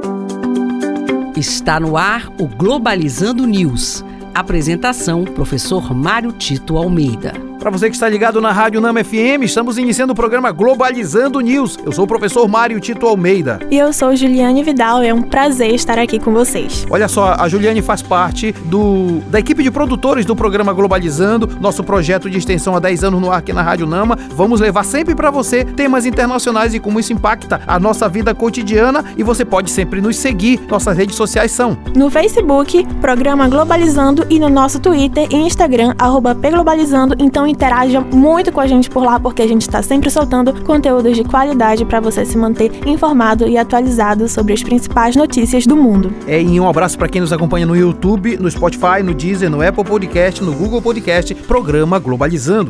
Está no ar o Globalizando News. Apresentação, professor Mário Tito Almeida. Para você que está ligado na Rádio Nama FM, estamos iniciando o programa Globalizando News. Eu sou o professor Mário Tito Almeida. E eu sou Juliane Vidal, é um prazer estar aqui com vocês. Olha só, a Juliane faz parte da equipe de produtores do programa Globalizando, nosso projeto de extensão há 10 anos no ar aqui na Rádio Nama. Vamos levar sempre para você temas internacionais e como isso impacta a nossa vida cotidiana, e você pode sempre nos seguir. Nossas redes sociais são no Facebook, Programa Globalizando, e no nosso Twitter e Instagram, @pglobalizando. Então interaja muito com a gente por lá, porque a gente está sempre soltando conteúdos de qualidade para você se manter informado e atualizado sobre as principais notícias do mundo. E um abraço para quem nos acompanha no YouTube, no Spotify, no Deezer, no Apple Podcast, no Google Podcast, Programa Globalizando.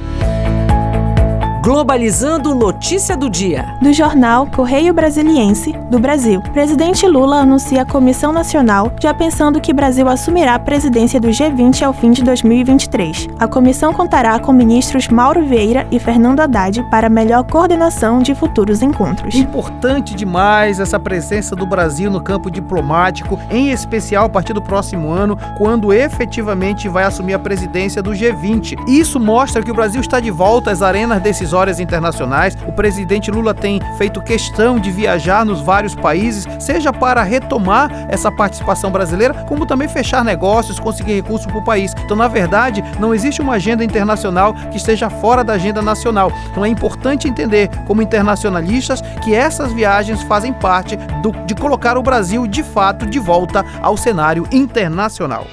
Globalizando notícia do dia. Do jornal Correio Brasiliense, do Brasil. Presidente Lula anuncia a Comissão Nacional, já pensando que Brasil assumirá a presidência do G20 ao fim de 2023. A comissão contará com ministros Mauro Vieira e Fernando Haddad para melhor coordenação de futuros encontros. Importante demais essa presença do Brasil no campo diplomático, em especial a partir do próximo ano, quando efetivamente vai assumir a presidência do G20. Isso mostra que o Brasil está de volta às arenas decisórias internacionais. O presidente Lula tem feito questão de viajar nos vários países, seja para retomar essa participação brasileira, como também fechar negócios, conseguir recursos para o país. Então, na verdade, não existe uma agenda internacional que esteja fora da agenda nacional. Então, é importante entender, como internacionalistas, que essas viagens fazem parte de colocar o Brasil, de fato, de volta ao cenário internacional.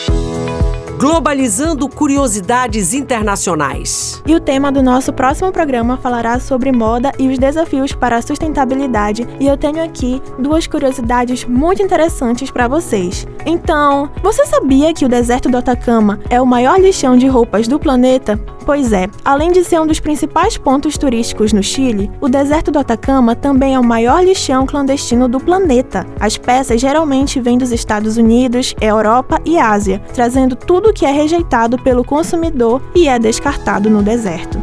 Globalizando curiosidades internacionais. E o tema do nosso próximo programa falará sobre moda e os desafios para a sustentabilidade, e eu tenho aqui duas curiosidades muito interessantes para vocês. Então, você sabia que o deserto do Atacama é o maior lixão de roupas do planeta? Pois é, além de ser um dos principais pontos turísticos no Chile, o deserto do Atacama também é o maior lixão clandestino do planeta. As peças geralmente vêm dos Estados Unidos, Europa e Ásia, trazendo tudo que é rejeitado pelo consumidor e é descartado no deserto.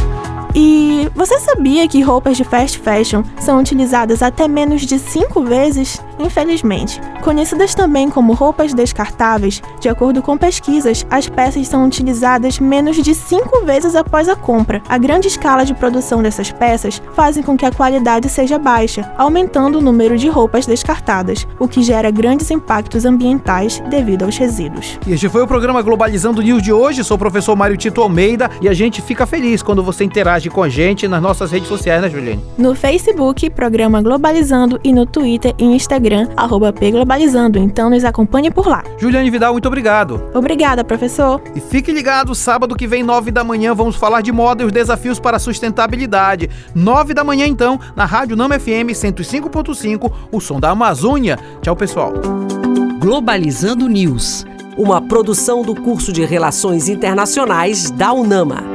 E você sabia que roupas de fast fashion são utilizadas até menos de 5 vezes? Infelizmente. Conhecidas também como roupas descartáveis, de acordo com pesquisas, as peças são utilizadas menos de 5 vezes após a compra. A grande escala de produção dessas peças fazem com que a qualidade seja baixa, aumentando o número de roupas descartadas, o que gera grandes impactos ambientais devido aos resíduos. E este foi o programa Globalizando News de hoje. Sou o professor Mário Tito Almeida e a gente fica feliz quando você interage com a gente nas nossas redes sociais, né, Juliane? No Facebook, Programa Globalizando, e no Twitter e Instagram, @pglobalizando. Então nos acompanhe por lá. Juliane Vidal, muito obrigado. Obrigada, professor. E fique ligado, sábado que vem, 9 da manhã, vamos falar de moda e os desafios para a sustentabilidade. 9 da manhã, então, na Rádio Nama FM 105.5, o som da Amazônia. Tchau, pessoal. Globalizando News, uma produção do curso de Relações Internacionais da UNAMA.